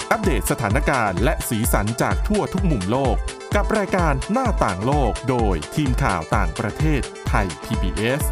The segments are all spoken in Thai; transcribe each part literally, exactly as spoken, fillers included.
อัปเดตสถานการณ์และสีสันจากทั่วทุกมุมโลกกับรายการหน้าต่างโลกโดยทีมข่าวต่างประเทศไทย พี บี เอส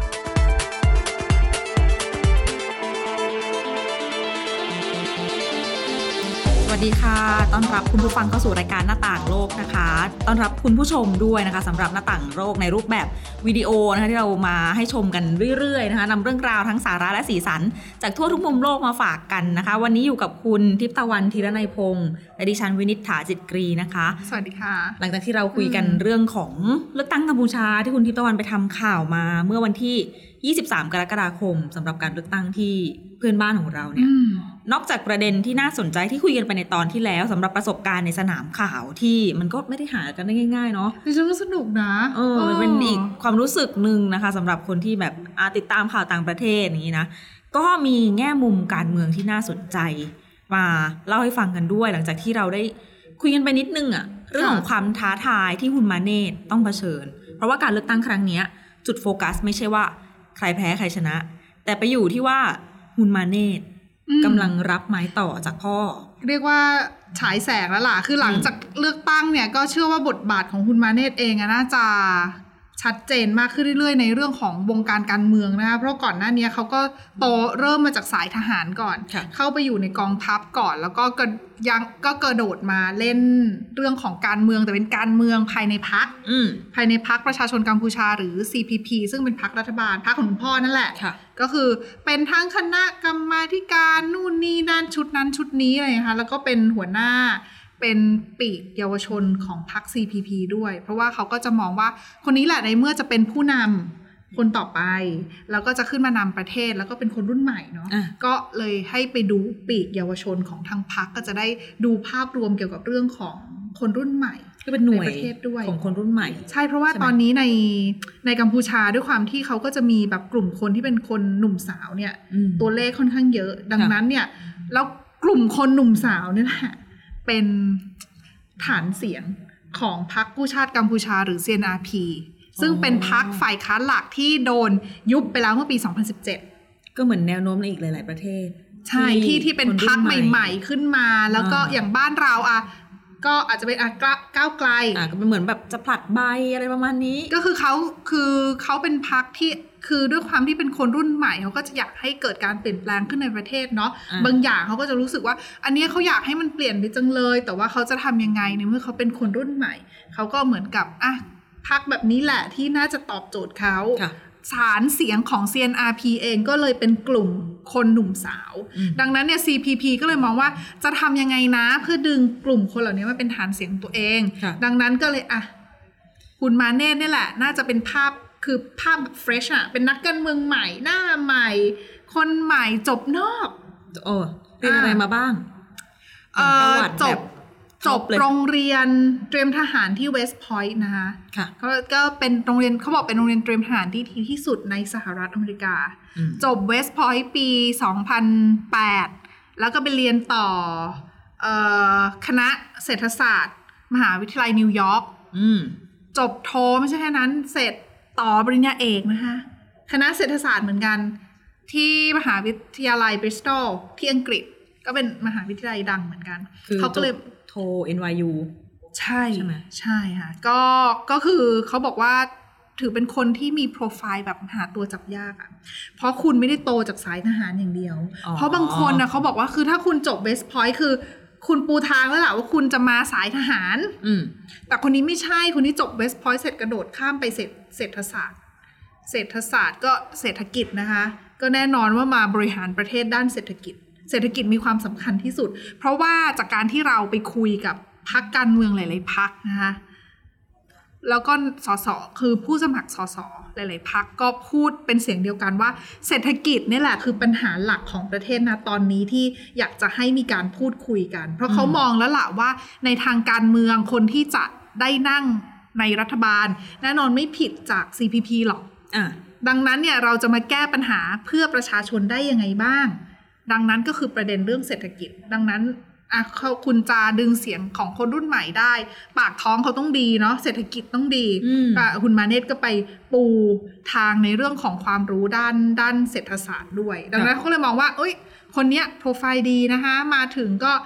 สวัสดีค่ะต้อนรับคุณผู้ฟังเข้าสู่รายการหน้าต่างโลกนะคะต้อนรับคุณผู้ชมด้วยนะคะสำหรับหน้าต่างโลกในรูปแบบวิดีโอนะคะที่เรามาให้ชมกันเรื่อยๆนะคะนำเรื่องราวทั้งสาระและสีสันจากทั่วทุกมุมโลกมาฝากกันนะคะวันนี้อยู่กับคุณทิพย์ตะวันธีรนัยพงษ์และดิฉันวินิษฐาจิตกรีนะคะสวัสดีค่ะหลังจากที่เราคุยกันเรื่องของเลือกตั้งกัมพูชาที่คุณทิพย์ตะวันไปทำข่าวมาเมื่อวันที่ยี่สิบสามกรกฎาคมสำหรับการเลือกตั้งที่เพื่อนบ้านของเราเนี่ยนอกจากประเด็นที่น่าสนใจที่คุยกันไปในตอนที่แล้วสำหรับประสบการณ์ในสนามข่าวที่มันก็ไม่ได้หากันได้ง่ายๆเนาะดิฉันก็สนุกนะเออมันเป็นอีกความรู้สึกนึงนะคะสำหรับคนที่แบบติดตามข่าวต่างประเทศอย่างนี้นะก็มีแง่มุมการเมืองที่น่าสนใจมาเล่าให้ฟังกันด้วยหลังจากที่เราได้คุยกันไปนิดนึงอะเรื่องของความท้าทายที่ฮุนมาเนตต้องเผชิญเพราะว่าการเลือกตั้งครั้งนี้จุดโฟกัสไม่ใช่ว่าใครแพ้ใครชนะแต่ไปอยู่ที่ว่าฮุนมาเนตกำลังรับไม้ต่อจากพ่อเรียกว่าฉายแสงแล้วล่ะคือหลังจากเลือกตั้งเนี่ยก็เชื่อว่าบทบาทของฮุนมาเนตเองน่าจะชัดเจนมากขึ้นเรื่อยๆในเรื่องของวงการการเมืองนะคะเพราะก่อนหน้านี้เขาก็โตเริ่มมาจากสายทหารก่อนเข้าไปอยู่ในกองทัพก่อนแล้วก็ยังก็กระโดดมาเล่นเรื่องของการเมืองแต่เป็นการเมืองภายในพรรคภายในพรรคประชาชนกัมพูชาหรือ ซี พี พี ซึ่งเป็นพรรครัฐบาลพรรคของคุณพ่อนั่นแหละก็คือเป็นทั้งคณะกรรมาธิการนู่นนี่นั่นชุดนั้นชุดนี้อะไรนะคะแล้วก็เป็นหัวหน้าเป็นปีกเยาวชนของพรรค ซี พี พี ด้วยเพราะว่าเขาก็จะมองว่าคนนี้แหละในเมื่อจะเป็นผู้นำคนต่อไปแล้วก็จะขึ้นมานำประเทศแล้วก็เป็นคนรุ่นใหม่เนาะก็เลยให้ไปดูปีกเยาวชนของทางพรรคก็จะได้ดูภาพรวมเกี่ยวกับเรื่องของคนรุ่นใหม่ก็เป็นหน่วยประเทศด้วยของคนรุ่นใหม่ใช่เพราะว่าตอนนี้ในในกัมพูชาด้วยความที่เขาก็จะมีแบบกลุ่มคนที่เป็นคนหนุ่มสาวเนี่ยตัวเลขค่อนข้างเยอะดังนั้นเนี่ยแล้วกลุ่มคนหนุ่มสาวเนี่ยแหละเป็นฐานเสียงของพรรคกู้ชาติกัมพูชาหรือ ซี เอ็น อาร์ พี ซึ่งเป็นพรรคฝ่ายค้านหลักที่โดนยุบไปแล้วเมื่อปีสองพันสิบเจ็ดก็เหมือนแนวโน้มในอีกหลายๆประเทศใช่ที่ที่เป็นพรรคใหม่ๆขึ้นมาแล้วก็อย่างบ้านเราอ่ะก็อาจจะเป็นก้าวไกลอ่ะก็เป็นเหมือนแบบจะผลัดใบอะไรประมาณนี้ก็คือเขาคือเขาเป็นพรรคที่คือด้วยความที่เป็นคนรุ่นใหม่เขาก็จะอยากให้เกิดการเปลี่ยนแปลงขึ้นในประเทศเนาะบางอย่างเขาก็จะรู้สึกว่าอันนี้เขาอยากให้มันเปลี่ยนไปจังเลยแต่ว่าเขาจะทำยังไงในเมื่อเขาเป็นคนรุ่นใหม่เขาก็เหมือนกับอ่ะพรรคแบบนี้แหละที่น่าจะตอบโจทย์เขาฐานเสียงของ ซี เอ็น อาร์ พี เองก็เลยเป็นกลุ่มคนหนุ่มสาวดังนั้นเนี่ย ซี พี พี ก็เลยมองว่าจะทำยังไงนะเพื่อดึงกลุ่มคนเหล่านี้มาเป็นฐานเสียงตัวเองดังนั้นก็เลยอ่ะคุณมาเนตนี่แหละน่าจะเป็นภาพคือภาพแบบเฟรชอะเป็นนักการเมืองใหม่หน้าใหม่คนใหม่จบนอกโอ้เป็นอะไรมาบ้างเอ่อจบจบโรงเรียนเตรียมทหารที่เวสต์พอยต์นะคะก็ก็เป็นโรงเรียนเขาบอกเป็นโรงเรียนเตรียมทหารที่ดีที่สุดในสหรัฐอเมริกาจบเวสต์พอยต์ปีสองพันแปดแล้วก็ไปเรียนต่อเอ่อคณะเศรษฐศาสตร์มหาวิทยาลัยนิวยอร์กจบโทไม่ใช่แค่นั้นเสร็จต่อปริญญาเอกนะคะคณะเศรษฐศาสตร์เหมือนกันที่มหาวิทยาลัยบริสตอลที่อังกฤษก็เป็นมหาวิทยาลัยดังเหมือนกันเขาก็เลยโท เอ็น วาย ยูใช่ใช่ไหมใช่ค่ะก็ก็คือเขาบอกว่าถือเป็นคนที่มีโปรไฟล์แบบหาตัวจับยากอ่ะเพราะคุณไม่ได้โตจากสายทหารอย่างเดียวเพราะบางคนนะเขาบอกว่าคือถ้าคุณจบเวสต์พอยต์คือคุณปูทางแล้วแหละว่าคุณจะมาสายทหารแต่คนนี้ไม่ใช่คนนี้จบเวสต์พอยต์เสร็จกระโดดข้ามไปเศรษฐศาสตร์เศรษฐศาสตร์ก็เศรษฐกิจนะคะก็แน่นอนว่ามาบริหารประเทศด้านเศรษฐกิจเศรษฐกิจมีความสำคัญที่สุดเพราะว่าจากการที่เราไปคุยกับพรรคการเมืองหลายๆพรรคนะคะแล้วก็สสคือผู้สมัครสสหลายๆพรรคก็พูดเป็นเสียงเดียวกันว่าเศรษฐกิจนี่แหละคือปัญหาหลักของประเทศนะตอนนี้ที่อยากจะให้มีการพูดคุยกันเพราะเขามองแล้วล่ะว่าในทางการเมืองคนที่จะได้นั่งในรัฐบาลแน่นอนไม่ผิดจาก ซี พี พี หรอกอ่ะดังนั้นเนี่ยเราจะมาแก้ปัญหาเพื่อประชาชนได้ยังไงบ้างดังนั้นก็คือประเด็นเรื่องเศรษฐกิจดังนั้นอ่ะเขาคุณจะดึงเสียงของคนรุ่นใหม่ได้ปากท้องเขาต้องดีเนาะเศรษฐกิจต้องดีคุณมาเนตก็ไปปูทางในเรื่องของความรู้ด้านด้านเศรษฐศาสตร์ด้วยดังนั้นเขาเลยมองว่าเอ้ยคนเนี้ยโปรไฟล์ดีนะคะมาถึงก็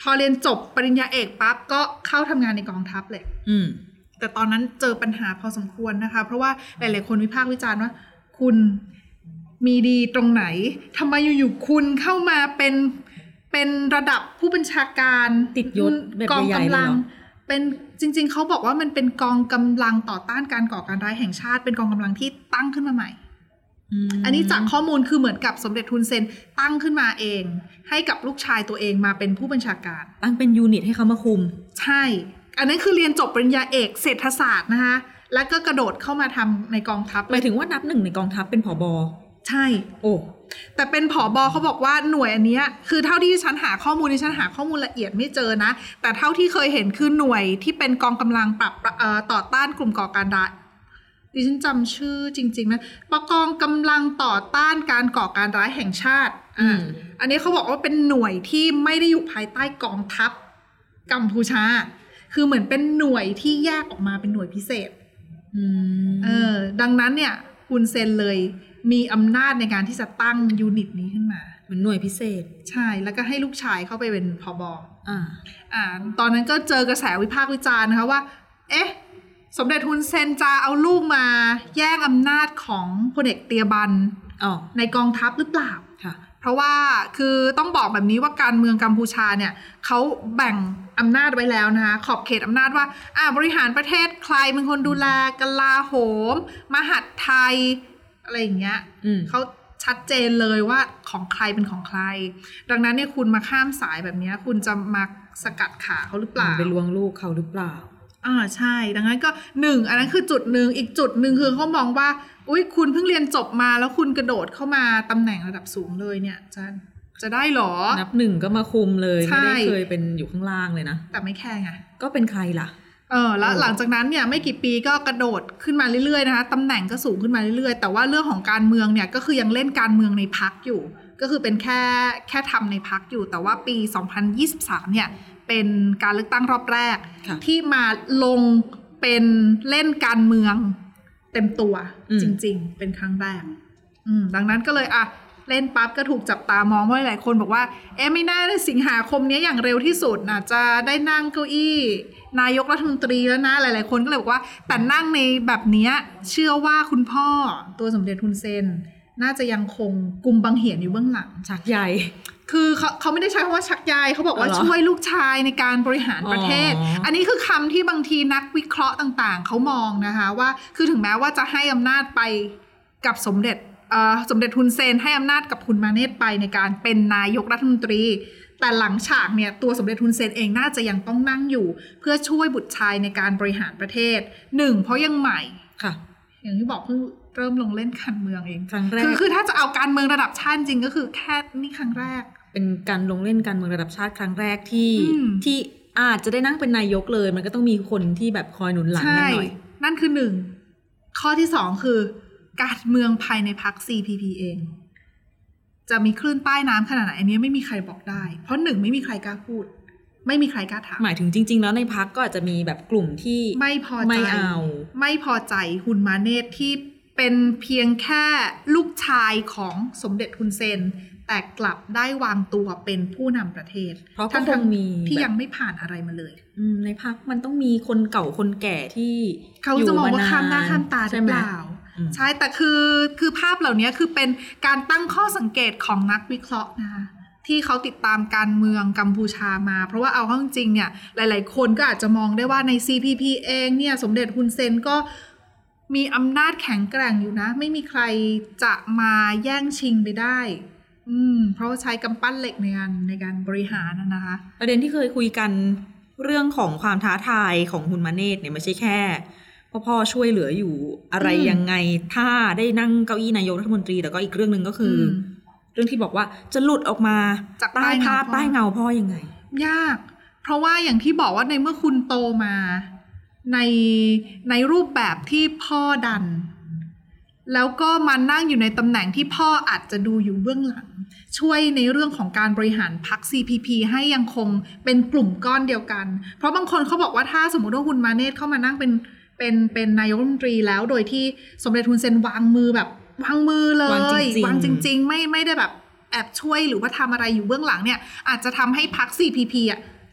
พอเรียนจบปริญญาเอกปั๊บก็เข้าทำงานในกองทัพเลยอืมแต่ตอนนั้นเจอปัญหาพอสมควรนะคะเพราะว่าหลายๆคนวิพากษ์วิจารณ์ว่าคุณมีดีตรงไหนทำไมอยู่ๆคุณเข้ามาเป็นเป็นระดับผู้บัญชาการติดยศกองกำลังเป็นจริงๆเขาบอกว่ามันเป็นกองกำลังต่อต้านการก่อการร้ายแห่งชาติเป็นกองกำลังที่ตั้งขึ้นมาใหม่อันนี้จากข้อมูลคือเหมือนกับสมเด็จฮุนเซนตั้งขึ้นมาเองให้กับลูกชายตัวเองมาเป็นผู้บัญชาการตั้งเป็นยูนิตให้เขามาคุมใช่อันนั้นคือเรียนจบปริญญาเอกเศรษฐศาสตร์นะคะแล้วก็กระโดดเข้ามาทำในกองทัพหมายถึงว่านับหนึ่งในกองทัพเป็นผบ. ใช่โอ้แต่เป็นผบ.เขาบอกว่าหน่วยอันนี้คือเท่าที่ฉันหาข้อมูลที่ฉันหาข้อมูลละเอียดไม่เจอนะแต่เท่าที่เคยเห็นคือหน่วยที่เป็นกองกำลังปรับเอ่อต่อต้านกลุ่มก่อการร้ายดิฉันจำชื่อจริงๆนะปกองกำลังต่อต้านการก่อการร้ายแห่งชาติอ่าอันนี้เขาบอกว่าเป็นหน่วยที่ไม่ได้อยู่ภายใต้กองทัพกัมพูชาคือเหมือนเป็นหน่วยที่แยกออกมาเป็นหน่วยพิเศษเออดังนั้นเนี่ยฮุนเซนเลยมีอำนาจในการที่จะตั้งยูนิตนี้ขึ้นมาเหมือนหน่วยพิเศษใช่แล้วก็ให้ลูกชายเข้าไปเป็นผบ. อ่าอ่าตอนนั้นก็เจอกระแสวิพากษ์วิจารณ์นะคะว่าเอ๊ะสมเด็จฮุนเซนจะเอาลูกมาแย่งอำนาจของพลเอกเตียบันในกองทัพหรือเปล่าเพราะว่าคือต้องบอกแบบนี้ว่าการเมืองกัมพูชาเนี่ยเขาแบ่งอำนาจไว้แล้วนะคะขอบเขตอำนาจว่าอ่าบริหารประเทศใครเป็นคนดูแลกลาโหมมหัดไทยอะไรอย่างเงี้ยเขาชัดเจนเลยว่าของใครเป็นของใครดังนั้นเนี่ยคุณมาข้ามสายแบบนี้คุณจะมาสกัดขาเขาหรือเปล่าไปลวงลูกเขาหรือเปล่าอ่าใช่ดังนั้นก็หนึ่งอันนั้นคือจุดหนึ่งอีกจุดหนึ่งคือเขามองว่าอุ๊ยคุณเพิ่งเรียนจบมาแล้วคุณกระโดดเข้ามาตำแหน่งระดับสูงเลยเนี่ยจะจะได้หรอนับหนึ่งก็มาคุมเลยไม่ได้เคยเป็นอยู่ข้างล่างเลยนะแต่ไม่แค่ไงก็เป็นใครล่ะเออแล้วหลังจากนั้นเนี่ยไม่กี่ปีก็กระโดดขึ้นมาเรื่อยๆนะคะตำแหน่งก็สูงขึ้นมาเรื่อยๆแต่ว่าเรื่องของการเมืองเนี่ยก็คือยังเล่นการเมืองในพรรคอยู่ก็คือเป็นแค่แค่ทำในพรรคอยู่แต่ว่าปีสองพันยี่สิบสามเนี่ยเป็นการเลือกตั้งรอบแรกที่มาลงเป็นเล่นการเมืองเต็มตัวจริงๆเป็นครั้งแรกดังนั้นก็เลยอ่ะเล่นปั๊บก็ถูกจับตามองเพราะหลายคนบอกว่าเอ๊ะไม่น่าในสิงหาคมนี้อย่างเร็วที่สุดน่ะจะได้นั่งเก้าอี้นายกรัฐมนตรีแล้วนะหลายๆคนก็เลยบอกว่าแต่นั่งในแบบนี้เชื่อว่าคุณพ่อตัวสมเด็จฮุนเซนน่าจะยังคงกุมบังเหียนอยู่เบื้องหลังชักใยคือเขาเขาไม่ได้ใช้คำว่าชักใยเขาบอกว่าช่วยลูกชายในการบริหารประเทศ อ, อันนี้คือคำที่บางทีนักวิเคราะห์ต่างๆเขามองนะคะว่าคือถึงแม้ว่าจะให้อำนาจไปกับสมเด็จสมเด็จฮุนเซนให้อำนาจกับคุณมาเนตไปในการเป็นนายกรัฐมนตรีแต่หลังฉากเนี่ยตัวสมเด็จฮุนเซนเองน่าจะยังต้องนั่งอยู่เพื่อช่วยบุตรชายในการบริหารประเทศหนึ่งเพราะยังใหม่ค่ะอย่างที่บอกเพิ่งเริ่มลงเล่นการเมืองเองครั้งแรกคือคือถ้าจะเอาการเมืองระดับชาติจริงก็คือแค่นี่ครั้งแรกเป็นการลงเล่นการเมืองระดับชาติครั้งแรกที่ที่อาจจะได้นั่งเป็นนายกเลยมันก็ต้องมีคนที่แบบคอยหนุนหลังกันหน่อยนั่นคือหนึ่งข้อที่สองคือการเมืองภายในพรรค ซี พี พี เองจะมีคลื่นใต้น้ำขนาดไหนอันนี้ไม่มีใครบอกได้เพราะหนึ่งไม่มีใครกล้าพูดไม่มีใครกล้าถามหมายถึงจริงๆแล้วในพรรคก็อาจจะมีแบบกลุ่มที่ไม่พอใจไม่เอาไม่พอใจฮุนมาเนตที่เป็นเพียงแค่ลูกชายของสมเด็จฮุนเซนแต่กลับได้วางตัวเป็นผู้นำประเทศเพราะก็คงมีที่ยังไม่ผ่านอะไรมาเลยในพรรคมันต้องมีคนเก่าคนแก่ที่เขาจะมองว่าข้ามหน้าข้ามตาหรือเปล่าใช่แต่คือคือภาพเหล่านี้คือเป็นการตั้งข้อสังเกตของนักวิเคราะห์นะคะที่เขาติดตามการเมืองกัมพูชามาเพราะว่าเอาเข้าจริงเนี่ยหลายๆคนก็อาจจะมองได้ว่าใน ซี พี พี เองเนี่ยสมเด็จฮุนเซนก็มีอำนาจแข็งแกร่งอยู่นะไม่มีใครจะมาแย่งชิงไปได้อืมเพราะใช้กำปั้นเหล็กในการในการบริหารนะคะประเด็นที่เคยคุยกันเรื่องของความท้าทายของฮุนมาเนตเนี่ยไม่ใช่แค่พ่อพ่อช่วยเหลืออยู่อะไรยังไงถ้าได้นั่งเก้าอี้นายกรัฐมนตรีแต่ก็อีกเรื่องนึงก็คือเรื่องที่บอกว่าจะหลุดออกมาจากใต้ภาพใต้เงาพ่อยังไงยากเพราะว่าอย่างที่บอกว่าในเมื่อคุณโตมาในในรูปแบบที่พ่อดันแล้วก็มานั่งอยู่ในตำแหน่งที่พ่ออาจจะดูอยู่เบื้องหลังช่วยในเรื่องของการบริหารพรรค ซี พี พี ให้ยังคงเป็นกลุ่มก้อนเดียวกันเพราะบางคนเขาบอกว่าถ้าสมมติว่าฮุนมาเนตเข้ามานั่งเป็นเป็นเป็นนายกรัฐมนตรีแล้วโดยที่สมเด็จฮุนเซนวางมือแบบวางมือเลยวางจริงๆไม่ไม่ได้แบบแอบช่วยหรือว่าทำอะไรอยู่เบื้องหลังเนี่ยอาจจะทำให้พรรค ซี พี พี อ่ะ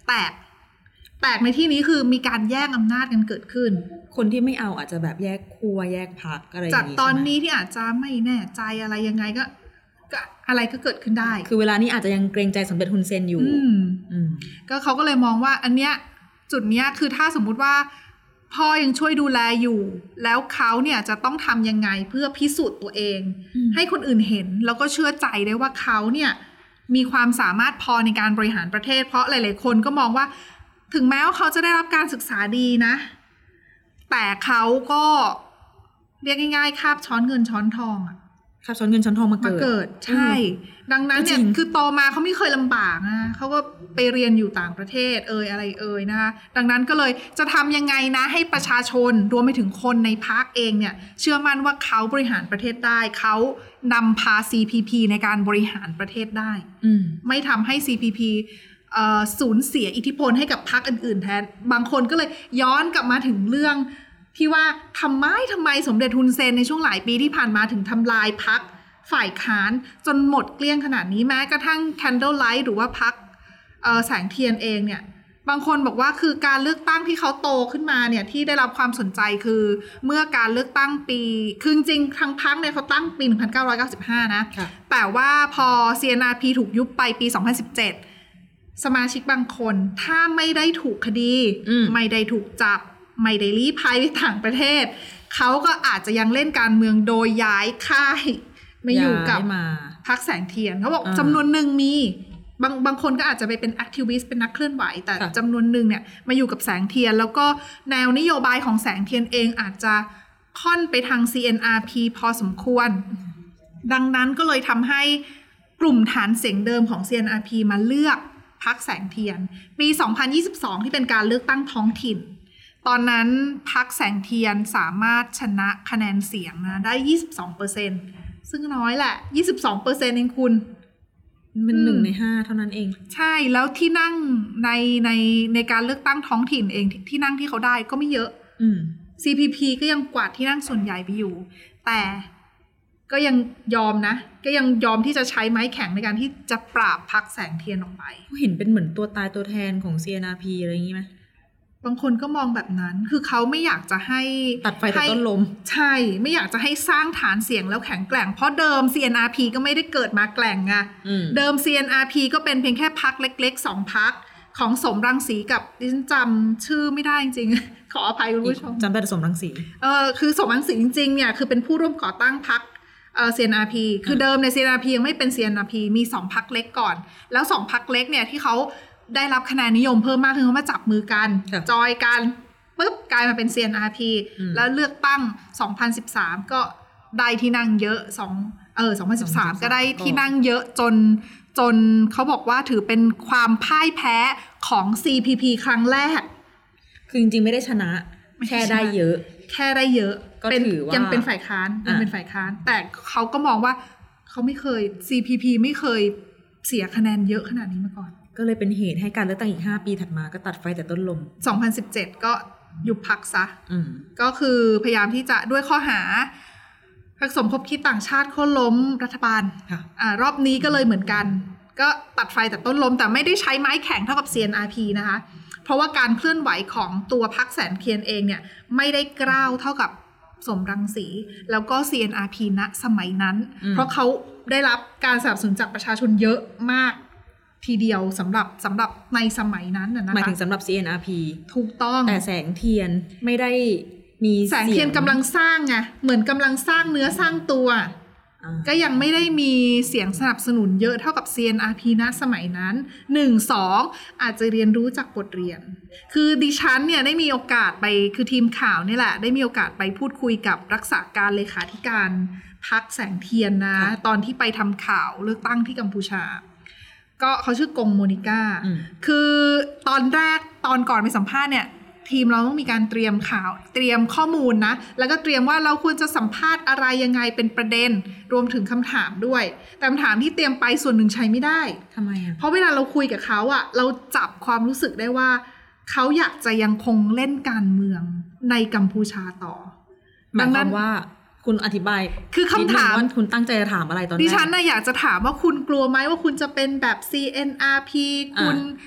แตกแตกในที่นี้คือมีการแย่งอำนาจกันเกิดขึ้นคนที่ไม่เอาอาจจะแบบแยกขั้วแยกพรรคอะไรอย่างนี้จากตอนนี้ที่อาจจะไม่แน่ใจอะไรยังไงก็ก็อะไรก็เกิดขึ้นได้คือเวลานี้อาจจะยังเกรงใจสมเด็จฮุนเซนอยู่อืมอืมก็เขาก็เลยมองว่าอันเนี้ยจุดเนี้ยคือถ้าสมมุติว่าพ่อยังช่วยดูแลอยู่แล้วเขาเนี่ยจะต้องทำยังไงเพื่อพิสูจน์ตัวเองให้คนอื่นเห็นแล้วก็เชื่อใจได้ว่าเขาเนี่ยมีความสามารถพอในการบริหารประเทศเพราะหลายๆคนก็มองว่าถึงแม้ว่าเขาจะได้รับการศึกษาดีนะแต่เขาก็เรียกง่ายๆคาบช้อนเงินช้อนทองอะคาบช้อนเงินช้อนทองมาเกิดใช่ดังนั้นเนี่ยคือโตมาเขาไม่เคยลำบากนะเขาก็ไปเรียนอยู่ต่างประเทศเอ่ยอะไรเอ่ยนะคะดังนั้นก็เลยจะทำยังไงนะให้ประชาชนรวมไปถึงคนในพรรคเองเนี่ยเชื่อมั่นว่าเขาบริหารประเทศได้เขานำพา ซี พี พี ในการบริหารประเทศได้ไม่ทำให้ ซี พี พีสูญเสียอิทธิพลให้กับพรรคอื่นๆแทนบางคนก็เลยย้อนกลับมาถึงเรื่องที่ว่าทำไมทำไมสมเด็จฮุนเซนในช่วงหลายปีที่ผ่านมาถึงทำลายพรรคฝ่ายค้านจนหมดเกลี้ยงขนาดนี้แม้กระทั่ง Candlelight หรือว่าพรรคแสงเทียนเองเนี่ยบางคนบอกว่าคือการเลือกตั้งที่เขาโตขึ้นมาเนี่ยที่ได้รับความสนใจคือเมื่อการเลือกตั้งปีคือจริงๆทั้งพรรคเนี่ยเขาตั้งปีหนึ่งพันเก้าร้อยเก้าสิบห้านะแต่ว่าพอ ซี เอ็น อาร์ พี ถูกยุบไปปีสองพันสิบเจ็ดสมาชิกบางคนถ้าไม่ได้ถูกคดีไม่ได้ถูกจับไม่ได้ลี้ภัยไปต่างประเทศเขาก็อาจจะยังเล่นการเมืองโดยย้ายค่ายมาอยู่กับพรรคแสงเทียนเขาบอกจำนวนหนึ่งมีบางบางคนก็อาจจะไปเป็นแอคทิวิสต์เป็นนักเคลื่อนไหวแต่จำนวนหนึ่งเนี่ยมาอยู่กับแสงเทียนแล้วก็แนวนโยบายของแสงเทียนเองอาจจะค่อนไปทาง ซี เอ็น อาร์ พี พอสมควรดังนั้นก็เลยทำให้กลุ่มฐานเสียงเดิมของ ซี เอ็น อาร์ พี มาเลือกพรรคแสงเทียนปีสองพันยี่สิบสองที่เป็นการเลือกตั้งท้องถิ่นตอนนั้นพรรคแสงเทียนสามารถชนะคะแนนเสียงนะได้ ยี่สิบสองเปอร์เซ็นต์ ซึ่งน้อยแหละ ยี่สิบสองเปอร์เซ็นต์ เองคุณมันหนึ่งในห้าเท่านั้นเองใช่แล้วที่นั่งในในในการเลือกตั้งท้องถิ่นเองที่นั่งที่เขาได้ก็ไม่เยอะ ซี พี พี ก็ยังกวาดที่นั่งส่วนใหญ่ไปอยู่แต่ก็ยังยอมนะก็ยังยอมที่จะใช้ไม้แข็งในการที่จะปราบพรรคแสงเทียนออกไปเห็นเป็นเหมือนตัวตายตัวแทนของ ซี เอ็น อาร์ พี อะไรอย่างงี้ไหมบางคนก็มองแบบนั้นคือเขาไม่อยากจะให้ตัดไฟแต่ต้นลมใช่ไม่อยากจะให้สร้างฐานเสียงแล้วแข็งแกร่งเพราะเดิม ซี เอ็น อาร์ พี ก็ไม่ได้เกิดมาแกร่งไงเดิม ซี เอ็น อาร์ พี ก็เป็นเพียงแค่พรรคเล็กๆสองพรรคของสมรังสีกับดิฉันจำชื่อไม่ได้จริงๆขออภัยคุณผู้ชมจำได้แต่สมรังสีเออคือสมรังสีจริงๆเนี่ยคือเป็นผู้ร่วมก่อตั้งพรรคเอ่อ ซี เอ็น อาร์ พี คือเดิมใน ซี เอ็น อาร์ พี ยังไม่เป็น ซี เอ็น อาร์ พี มีสองพรรคเล็กก่อนแล้วสองพรรคเล็กเนี่ยที่เขาได้รับคะแนนนิยมเพิ่มมากคือเขามาจับมือกันจอยกันปุ๊บกลายมาเป็น ซี เอ็น อาร์ พี แล้วเลือกตั้งสองพันสิบสามก็ได้ที่นั่งเยอะสองเออสองพันสิบสามก็ได้ที่นั่งเยอะจนจนเขาบอกว่าถือเป็นความพ่ายแพ้ของ ซี พี พี ครั้งแรกคือจริงๆไม่ได้ชนะแค่ได้เยอะแค่ได้เยอะก็ถือว่ายังเป็นฝ่ายค้านยังเป็นฝ่ายค้านแต่เขาก็มองว่าเขาไม่เคย ซี พี พี ไม่เคยเสียคะแนนเยอะขนาดนี้มาก่อนก็เลยเป็นเหตุให้การเลือกตั้งอีกห้าปีถัดมาก็ตัดไฟแต่ต้นลมสองพันสิบเจ็ดก็ยุบพรรคซะก็คือพยายามที่จะด้วยข้อหาผสมคบคิดต่างชาติโค่นล้มรัฐบาลอ่ารอบนี้ก็เลยเหมือนกันก็ตัดไฟแต่ต้นลมแต่ไม่ได้ใช้ไม้แข็งเท่ากับ ซี เอ็น อาร์ พี นะคะเพราะว่าการเคลื่อนไหวของตัวพรรคแสงเทียนเองเนี่ยไม่ได้กล้าวเท่ากับสมรังสีแล้วก็ ซี เอ็น อาร์ พี ณสมัยนั้นเพราะเขาได้รับการสนับสนุนจากประชาชนเยอะมากทีเดียวสำหรับสำหรับในสมัยนั้นนะคะหมายถึงสำหรับ ซี เอ็น อาร์ พีถูกต้องแต่แสงเทียนไม่ได้มีแสงเทียนกำลังสร้างไงเหมือนกำลังสร้างเนื้อสร้างตัวก็ยังไม่ได้มีเสียงสนับสนุนเยอะเท่ากับ ซี เอ็น อาร์ พี ณสมัยนั้น หนึ่ง สอง อาจจะเรียนรู้จากบทเรียนคือดิฉันเนี่ยได้มีโอกาสไปคือทีมข่าวนี่แหละได้มีโอกาสไปพูดคุยกับรักษาการเลขาธิการพรรคแสงเทียนนะตอนที่ไปทำข่าวเลือกตั้งที่กัมพูชาก็เขาชื่อกงโมนิก้าคือตอนแรกตอนก่อนไปสัมภาษณ์เนี่ยทีมเราต้องมีการเตรียมข่าวเตรียมข้อมูลนะแล้วก็เตรียมว่าเราควรจะสัมภาษณ์อะไรยังไงเป็นประเด็นรวมถึงคำถามด้วยแต่คำถามที่เตรียมไปส่วนหนึ่งใช้ไม่ได้ทำไมอ่ะเพราะเวลาเราคุยกับเขาอ่ะเราจับความรู้สึกได้ว่าเขาอยากจะยังคงเล่นการเมืองในกัมพูชาต่อหมายความว่าคุณอธิบายคือคำถามว่าคุณตั้งใจจะถามอะไรตอนนี้ดิฉันน่ะอยากจะถามว่าคุณกลัวไหมว่าคุณจะเป็นแบบ ซี เอ็น อาร์ พี คุณ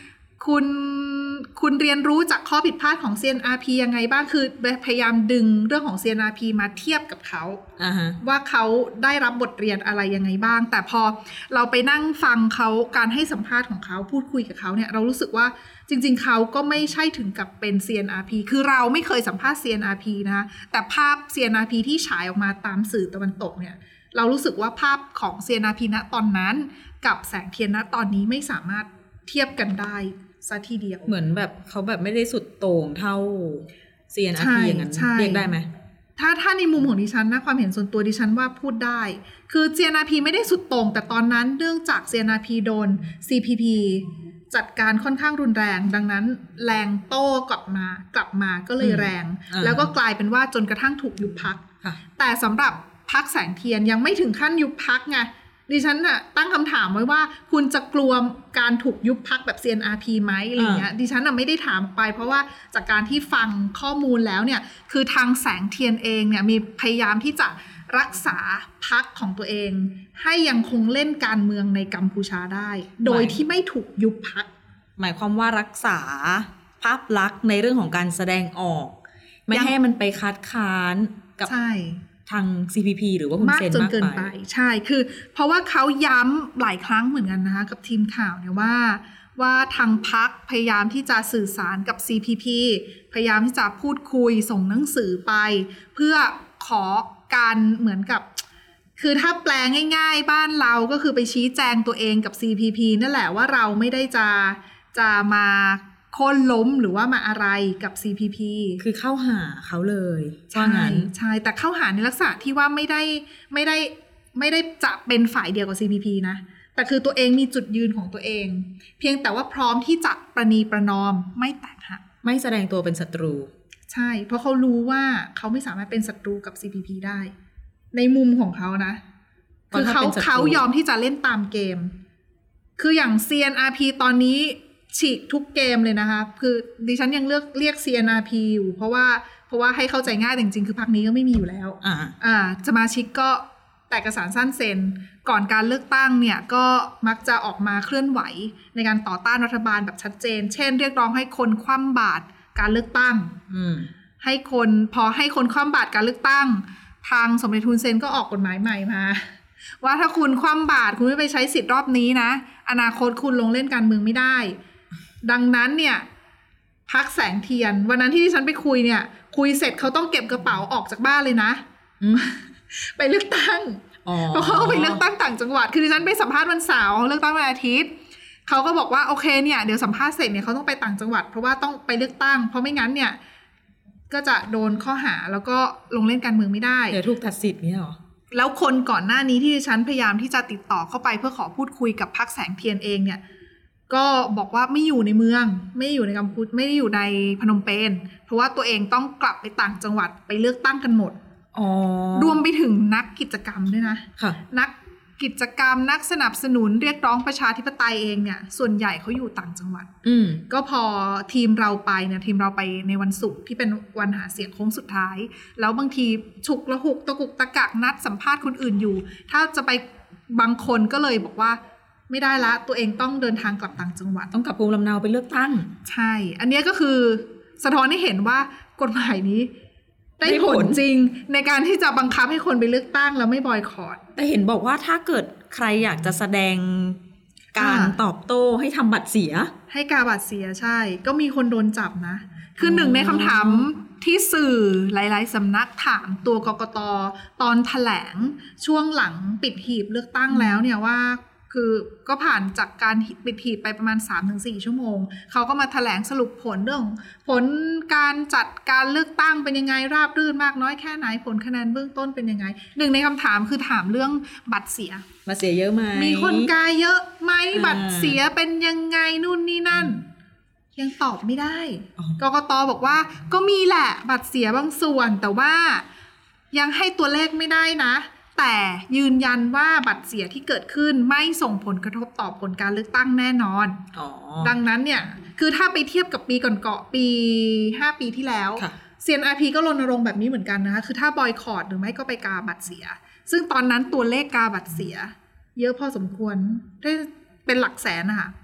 คุณคุณเรียนรู้จากข้อผิดพลาดของ ซี เอ็น อาร์ พี ยังไงบ้างคือพยายามดึงเรื่องของ ซี เอ็น อาร์ พี มาเทียบกับเขา uh-huh. ว่าเขาได้รับบทเรียนอะไรยังไงบ้างแต่พอเราไปนั่งฟังเขาการให้สัมภาษณ์ของเขาพูดคุยกับเขาเนี่ยเรารู้สึกว่าจริงๆเขาก็ไม่ใช่ถึงกับเป็น ซี เอ็น อาร์ พี คือเราไม่เคยสัมภาษณ์ ซี เอ็น อาร์ พี นะแต่ภาพ ซี เอ็น อาร์ พี ที่ฉายออกมาตามสื่อตะวันตกเนี่ยเรารู้สึกว่าภาพของ ซี เอ็น อาร์ พี ณตอนนั้นกับแสงเทียนณตอนนี้ไม่สามารถเทียบกันได้ซะทีเดียวเหมือนแบบเขาแบบไม่ได้สุดโต่งเท่า ซี เอ็น อาร์ พี อย่างนั้นเรียกได้ไหมถ้าถ้าในมุมของดิฉันนะความเห็นส่วนตัวดิฉันว่าพูดได้คือ ซี เอ็น อาร์ พี ไม่ได้สุดโต่งแต่ตอนนั้นเนื่องจาก ซี เอ็น อาร์ พี โดน ซี พี พี จัดการค่อนข้างรุนแรงดังนั้นแรงโต้กลับมากลับมาก็เลยแรงแล้วก็กลายเป็นว่าจนกระทั่งถูกยุบพรรคแต่สำหรับพรรคแสงเทียนยังไม่ถึงขั้นยุบพรรคไงดิฉันน่ะตั้งคำถามไว้ว่าคุณจะกลัวการถูกยุบพรรคแบบ ซี เอ็น อาร์ พี ไหมอะไรเงี้ยดิฉันน่ะไม่ได้ถามไปเพราะว่าจากการที่ฟังข้อมูลแล้วเนี่ยคือทางแสงเทียนเองเนี่ยมีพยายามที่จะรักษาพรรคของตัวเองให้ยังคงเล่นการเมืองในกัมพูชาได้โดยที่ไม่ถูกยุบพรรคหมายความว่ารักษาภาพลักษณ์ในเรื่องของการแสดงออกไม่ให้มันไปคัดค้านกับใช่ทาง ซี พี พี หรือว่าคุณเซนมากเกินไปใช่คือเพราะว่าเขาย้ำหลายครั้งเหมือนกันนะคะกับทีมข่าวเนี่ยว่าว่าทางพรรคพยายามที่จะสื่อสารกับ ซี พี พี พยายามที่จะพูดคุยส่งหนังสือไปเพื่อขอการเหมือนกับคือถ้าแปลง่ายๆบ้านเราก็คือไปชี้แจงตัวเองกับ ซี พี พี นั่นแหละว่าเราไม่ได้จะจะมาโค่นล้มหรือว่ามาอะไรกับ ซี พี พีคือเข้าหาเขาเลยใช่ใช่แต่เข้าหาในลักษณะที่ว่าไม่ได้ไม่ได้ไม่ได้จะเป็นฝ่ายเดียวกับ ซี พี พี นะแต่คือตัวเองมีจุดยืนของตัวเองเพียงแต่ว่าพร้อมที่จะประนีประนอมไม่แตกหักไม่แสดงตัวเป็นศัตรูใช่เพราะเขารู้ว่าเขาไม่สามารถเป็นศัตรูกับ ซี พี พี ได้ในมุมของเขานะคือเขาเขายอมที่จะเล่นตามเกมคืออย่าง ซี เอ็น อาร์ พี ตอนนี้ฉีกทุกเกมเลยนะคะคือดิฉันยังเลือกเรียก ซี เอ็น อาร์ พี อยู่เพราะว่าเพราะว่าให้เข้าใจง่ายจริงๆคือพรรคนี้ก็ไม่มีอยู่แล้วอ่าอ่าสมาชิกก็แต่เอกสารสั้นเซ็นก่อนการเลือกตั้งเนี่ยก็มักจะออกมาเคลื่อนไหวในการต่อต้านรัฐบาลแบบชัดเจนเช่นเรียกร้องให้คนคว่ำบาตรการเลือกตั้งให้คนพอให้คนคว่ำบาตรการเลือกตั้งทางสมเด็จฮุนเซนก็ออกกฎหมายใหม่มาว่าถ้าคุณคว่ำบาตรคุณไม่ไปใช้สิทธิ์รอบนี้นะอนาคตคุณลงเล่นการเมืองไม่ได้ดังนั้นเนี่ยพรรคแสงเทียนวันนั้นที่ดิฉันไปคุยเนี่ยคุยเสร็จเขาต้องเก็บกระเป๋าออกจากบ้านเลยนะไปเลือกตั้งเพราะเขาไปเลือกตั้งต่างจังหวัดคือดิฉันไปสัมภาษณ์วันเสาร์เลือกตั้งวันอาทิตย์เขาก็บอกว่าโอเคเนี่ยเดี๋ยวสัมภาษณ์เสร็จเนี่ยเขาต้องไปต่างจังหวัดเพราะว่าต้องไปเลือกตั้งเพราะไม่งั้นเนี่ยก็จะโดนข้อหาแล้วก็ลงเล่นการเมืองไม่ได้เดี๋ยวถูกตัดสิทธิ์เนี่ยหรอแล้วคนก่อนหน้านี้ที่ดิฉันพยายามที่จะติดต่อเข้าไปเพื่อขอพูดคุยกับพรรคแสงเทียนเองเนี่ยก็บอกว่าไม่อยู่ในเมืองไม่อยู่ในกัมพูชาไม่ได้อยู่ในพนมเปญเพราะว่าตัวเองต้องกลับไปต่างจังหวัดไปเลือกตั้งกันหมดรวมไปถึงนักกิจกรรมด้วยนะนักกิจกรรมนักสนับสนุนเรียกร้องประชาธิปไตยเองเนี่ยส่วนใหญ่เขาอยู่ต่างจังหวัดก็พอทีมเราไปเนี่ยทีมเราไปในวันศุกร์ที่เป็นวันหาเสียงโค้งสุดท้ายแล้วบางทีฉุกละหุกตะกุกตะกักนัดสัมภาษณ์คนอื่นอยู่ถ้าจะไปบางคนก็เลยบอกว่าไม่ได้ละตัวเองต้องเดินทางกลับต่างจังหวัดต้องกลับภูมิลำเนาไปเลือกตั้งใช่อันนี้ก็คือสะท้อนให้เห็นว่ากฎหมายนี้ได้ผลจริงในการที่จะบังคับให้คนไปเลือกตั้งแล้วไม่บอยคอตแต่เห็นบอกว่าถ้าเกิดใครอยากจะแสดงการตอบโต้ให้ทำบัตรเสียให้กาบัตรเสียใช่ก็มีคนโดนจับนะคือหนึ่งในคำถามที่สื่อหลายๆสำนักถามตัวกกต.ตอนแถลงช่วงหลังปิดหีบเลือกตั้งแล้วเนี่ยว่าคือก็ผ่านจากการปิดหีบไปประมาณ สามถึงสี่ ชั่วโมงเขาก็มาแถลงสรุปผลเรื่องผลการจัดการเลือกตั้งเป็นยังไงราบรื่นมากน้อยแค่ไหนผลคะแนนเบื้องต้นเป็นยังไงหนึ่งในคำถามคือถามเรื่องบัตรเสียบัตรเสียเยอะไหมมีคนกาเยอะไหมบัตรเสียเป็นยังไงนู่นนี่นั่นยังตอบไม่ได้กกต.บอกว่าก็มีแหละบัตรเสียบางส่วนแต่ว่ายังให้ตัวเลขไม่ได้นะแต่ยืนยันว่าบัตรเสียที่เกิดขึ้นไม่ส่งผลกระทบต่อผลการเลือกตั้งแน่นอนดังนั้นเนี่ยคือถ้าไปเทียบกับปีก่อนๆปีห้าปีที่แล้ว ซี เอ็น อาร์ พี ก็รณรงค์แบบนี้เหมือนกันนะคะคือถ้าบอยคอตหรือไม่ก็ไปกาบัตรเสียซึ่งตอนนั้นตัวเลขกาบัตรเสียเยอะพอสมควรได้เป็นหลักแสนนะคะ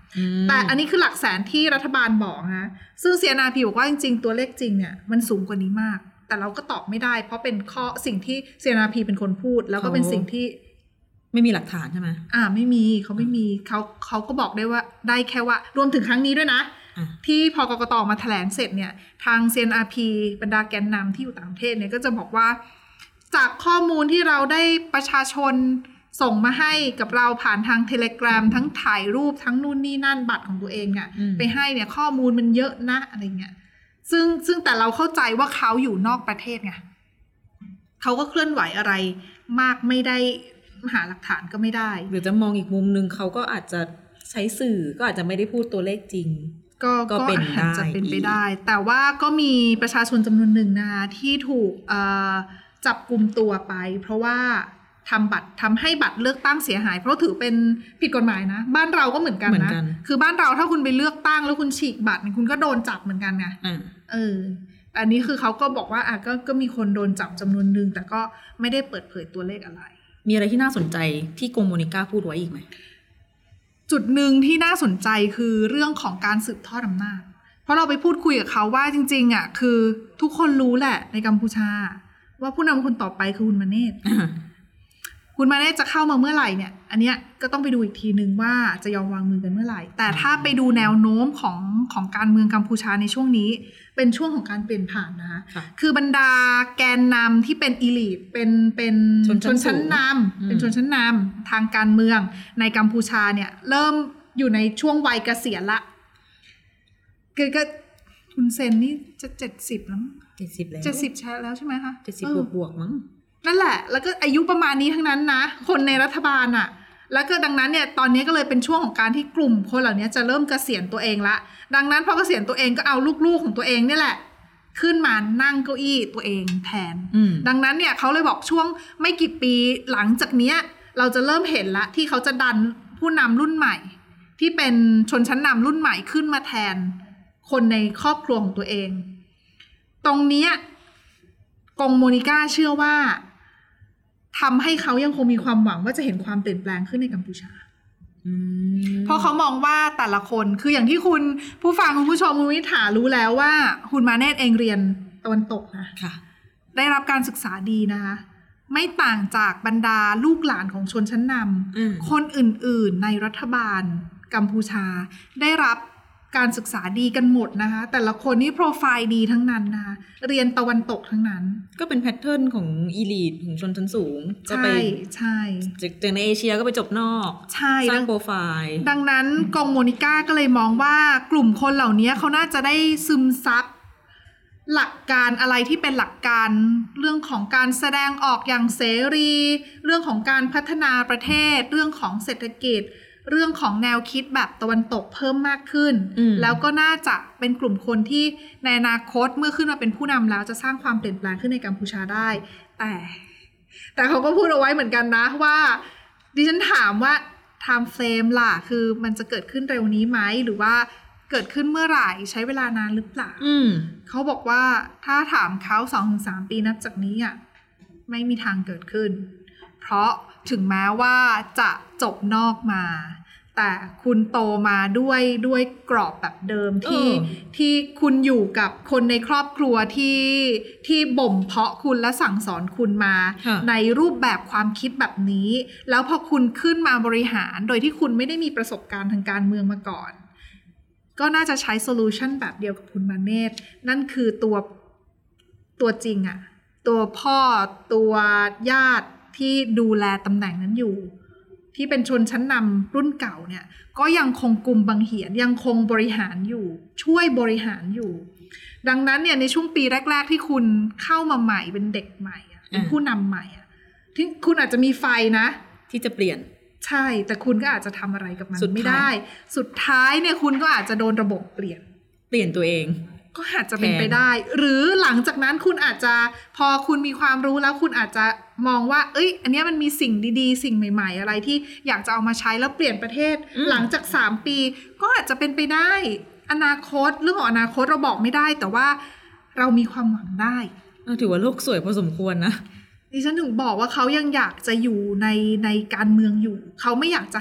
แต่อันนี้คือหลักแสนที่รัฐบาลบอกนะซึ่ง ซี เอ็น อาร์ พี บอกว่าจริงๆตัวเลขจริงเนี่ยมันสูงกว่านี้มากแต่เราก็ตอบไม่ได้เพราะเป็นข้อสิ่งที่ ซี เอ็น อาร์ พี เป็นคนพูดแล้วก็เป็นสิ่งที่ไม่มีหลักฐานใช่ไหมอ่าไม่มีเขาไม่มีเขาเขาก็บอกได้ว่าได้แค่ว่ารวมถึงครั้งนี้ด้วยนะที่พอกกต.มาแถลงเสร็จเนี่ยทาง ซี เอ็น อาร์ พี บรรดาแกนนำที่อยู่ต่างประเทศเนี่ยก็จะบอกว่าจากข้อมูลที่เราได้ประชาชนส่งมาให้กับเราผ่านทาง Telegram ทั้งถ่ายรูปทั้งนู่นนี่นั่นบัตรของตัวเองอะไปให้เนี่ยข้อมูลมันเยอะนะอะไรเงี้ยซึ่งซึ่งแต่เราเข้าใจว่าเขาอยู่นอกประเทศไงเขาก็เคลื่อนไหวอะไรมากไม่ได้หาหลักฐานก็ไม่ได้หรือจะมองอีกมุมนึงเขาก็อาจจะใช้สื่อก็อาจจะไม่ได้พูดตัวเลขจริงก็ก็อาจจะเป็นไปได้แต่ว่าก็มีประชาชนจำนวนหนึ่งนะที่ถูกจับกุมตัวไปเพราะว่าทำบัตรทำให้บัตรเลือกตั้งเสียหายเพราะถือเป็นผิดกฎหมายนะบ้านเราก็เหมือนกันนะคือบ้านเราถ้าคุณไปเลือกตั้งแล้วคุณฉีกบัตรคุณก็โดนจับเหมือนกันไงเอออันนี้คือเขาก็บอกว่าอ่ะก็ก็มีคนโดนจับจำนวนนึงแต่ก็ไม่ได้เปิดเผยตัวเลขอะไรมีอะไรที่น่าสนใจที่กงโมนิก้าพูดไว้อีกไหมจุดหนึ่งที่น่าสนใจคือเรื่องของการสืบทอดอำนาจเพราะเราไปพูดคุยกับเขาว่าจริงๆอ่ะคือทุกคนรู้แหละในกัมพูชาว่าผู้นำคนต่อไปคือคุณมาเนตคุณมาเนตจะเข้ามาเมื่อไหร่เนี่ยอันเนี้ยก็ต้องไปดูอีกทีนึงว่าจะยอมวางมือกันเมื่อไหร่แต่ถ้าไปดูแนวโน้มของของการเมืองกัมพูชาในช่วงนี้เป็นช่วงของการเปลี่ยนผ่านนะคะคือบรรดาแกนนำที่เป็นอีลิทเป็นเป็นชนชั้นนำเป็นชนชั้นนำทางการเมืองในกัมพูชาเนี่ยเริ่มอยู่ในช่วงวัยเกษียณละคือก็คุณเซนนี่จะเจ็ดสิบแล้วเจ็ดสิบแล้วเจ็ดสิบใช่แล้วใช่ไหมคะเจ็ดสิบบวกบวกมั้งนั่นแหละแล้วก็อายุประมาณนี้ทั้งนั้นนะคนในรัฐบาลอ่ะแล้วก็ดังนั้นเนี่ยตอนนี้ก็เลยเป็นช่วงของการที่กลุ่มคนเหล่านี้จะเริ่มเกษียณตัวเองละดังนั้นพอเกษียณตัวเองก็เอาลูกๆของตัวเองนี่แหละขึ้นมานั่งเก้าอี้ตัวเองแทนดังนั้นเนี่ยเขาเลยบอกช่วงไม่กี่ปีหลังจากเนี้ยเราจะเริ่มเห็นละที่เขาจะดันผู้นำรุ่นใหม่ที่เป็นชนชั้นนำรุ่นใหม่ขึ้นมาแทนคนในครอบครัวของตัวเองตรงนี้กงโมนิก้าเชื่อว่าทำให้เขายังคงมีความหวังว่าจะเห็นความเปลี่ยนแปลงขึ้นในกัมพูชาเพราะเขามองว่าแต่ละคนคืออย่างที่คุณผู้ฟังคุณผู้ชมคุณวิถารู้แล้วว่าคุณมาเนตเองเรียนตะวันตกนะได้รับการศึกษาดีนะคะไม่ต่างจากบรรดาลูกหลานของชนชั้นนำคนอื่นๆในรัฐบาลกัมพูชาได้รับการศึกษาดีกันหมดนะคะแต่ละคนนี่โปรไฟล์ดีทั้งนั้นนะคะเรียนตะวันตกทั้งนั้นก็เป็นแพทเทิร์นของอีลีทของชนชั้นสูงใช่ใช่จากในเอเชียก็ไปจบนอกใช่สร้างโปรไฟล์ดังนั้นกงโมนิก้าก็เลยมองว่ากลุ่มคนเหล่านี้เขาน่าจะได้ซึมซับหลักการอะไรที่เป็นหลักการเรื่องของการแสดงออกอย่างเสรีเรื่องของการพัฒนาประเทศเรื่องของเศรษฐกิจเรื่องของแนวคิดแบบตะวันตกเพิ่มมากขึ้นแล้วก็น่าจะเป็นกลุ่มคนที่ในอนาคตเมื่อขึ้นมาเป็นผู้นำแล้วจะสร้างความเปลี่ยนแปลงขึ้นในกัมพูชาได้แต่แต่เขาก็พูดเอาไว้เหมือนกันนะว่าดิฉันถามว่า time frame ล่ะคือมันจะเกิดขึ้นเร็วนี้ไหมหรือว่าเกิดขึ้นเมื่อไหร่ใช้เวลานานหรือเปล่าเขาบอกว่าถ้าถามเขา สองถึงสาม ปีนับจากนี้อ่ะไม่มีทางเกิดขึ้นเพราะถึงแม้ว่าจะจบนอกมาแต่คุณโตมาด้วยด้วยกรอบแบบเดิมที่ที่คุณอยู่กับคนในครอบครัวที่ที่บ่มเพาะคุณและสั่งสอนคุณมาในรูปแบบความคิดแบบนี้แล้วพอคุณขึ้นมาบริหารโดยที่คุณไม่ได้มีประสบการณ์ทางการเมืองมาก่อนก็น่าจะใช้โซลูชันแบบเดียวกับคุณมาเนตนั่นคือตัวตัวจริงอะตัวพ่อตัวญาติที่ดูแลตำแหน่งนั้นอยู่ที่เป็นชนชั้นนำรุ่นเก่าเนี่ยก็ยังคงกุมบังเหียนยังคงบริหารอยู่ช่วยบริหารอยู่ดังนั้นเนี่ยในช่วงปีแรกๆที่คุณเข้ามาใหม่เป็นเด็กใหม่เป็นผู้นำใหม่ที่คุณอาจจะมีไฟนะที่จะเปลี่ยนใช่แต่คุณก็อาจจะทำอะไรกับมันไม่ได้สุดท้ายเนี่ยคุณก็อาจจะโดนระบบเปลี่ยนเปลี่ยนตัวเองก็อาจจะเป็นไปได้หรือหลังจากนั้นคุณอาจจะพอคุณมีความรู้แล้วคุณอาจจะมองว่าเอ้ยอันนี้มันมีสิ่งดีๆสิ่งใหม่ๆอะไรที่อยากจะเอามาใช้แล้วเปลี่ยนประเทศหลังจากสามปีก็อาจจะเป็นไปได้อนาคตเรื่องของอนาคตเราบอกไม่ได้แต่ว่าเรามีความหวังได้ถือว่าโลกสวยพอสมควรนะดิฉันถึงบอกว่าเขายังอยากจะอยู่ในในการเมืองอยู่เขาไม่อยากจะหัก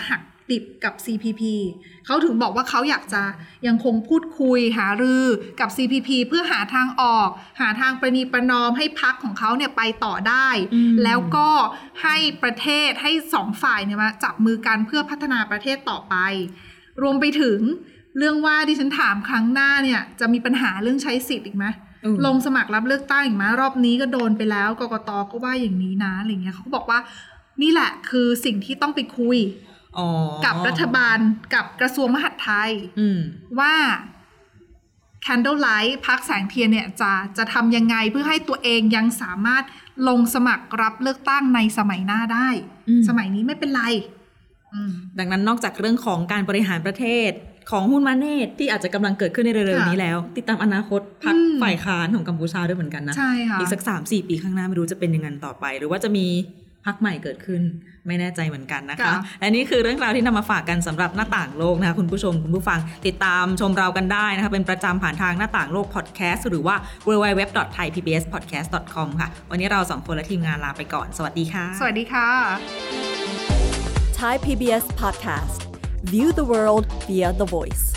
ดิบกับ ซี พี พี เขาถึงบอกว่าเขาอยากจะยังคงพูดคุยหารือกับ ซี พี พี เพื่อหาทางออกหาทางประนีประนอมให้พรรคของเขาเนี่ยไปต่อได้แล้วก็ให้ประเทศให้สองฝ่ายเนี่ยมาจับมือกันเพื่อพัฒนาประเทศต่อไปรวมไปถึงเรื่องว่าดิฉันถามครั้งหน้าเนี่ยจะมีปัญหาเรื่องใช้สิทธิ์อีกไหมลงสมัครรับเลือกตั้งอีกไหมรอบนี้ก็โดนไปแล้วกกต.ก็ว่าอย่างนี้นะอะไรเงี้ยเขาบอกว่านี่แหละคือสิ่งที่ต้องไปคุยกับรัฐบาลกับกระทรวงมหาดไทยว่า Candlelight พรรคแสงเทียนเนี่ยจะจะทำยังไงเพื่อให้ตัวเองยังสามารถลงสมัครรับเลือกตั้งในสมัยหน้าได้สมัยนี้ไม่เป็นไรดังนั้นนอกจากเรื่องของการบริหารประเทศของฮุนมาเนตที่อาจจะกำลังเกิดขึ้นในเร็วๆนี้แล้วติดตามอนาคตพรรคฝ่ายค้านของกัมพูชาด้วยเหมือนกันนะอีกสัก สามสี่ ปีข้างหน้าไม่รู้จะเป็นยังไงต่อไปหรือว่าจะมีพรรคใหม่เกิดขึ้นไม่แน่ใจเหมือนกันนะคะและนี่คือเรื่องราวที่นำมาฝากกันสำหรับหน้าต่างโลกนะคะคุณผู้ชมคุณผู้ฟังติดตามชมเรากันได้นะคะเป็นประจำผ่านทางหน้าต่างโลกพอดแคสต์หรือว่า ดับเบิลยู ดับเบิลยู ดับเบิลยู ดอท ไทย พี บี เอส พอดแคสต์ ดอท คอม ค่ะวันนี้เราสองคนและทีมงานลาไปก่อนสวัสดีค่ะสวัสดีค่ะ Thai พี บี เอส Podcast View the world via the voice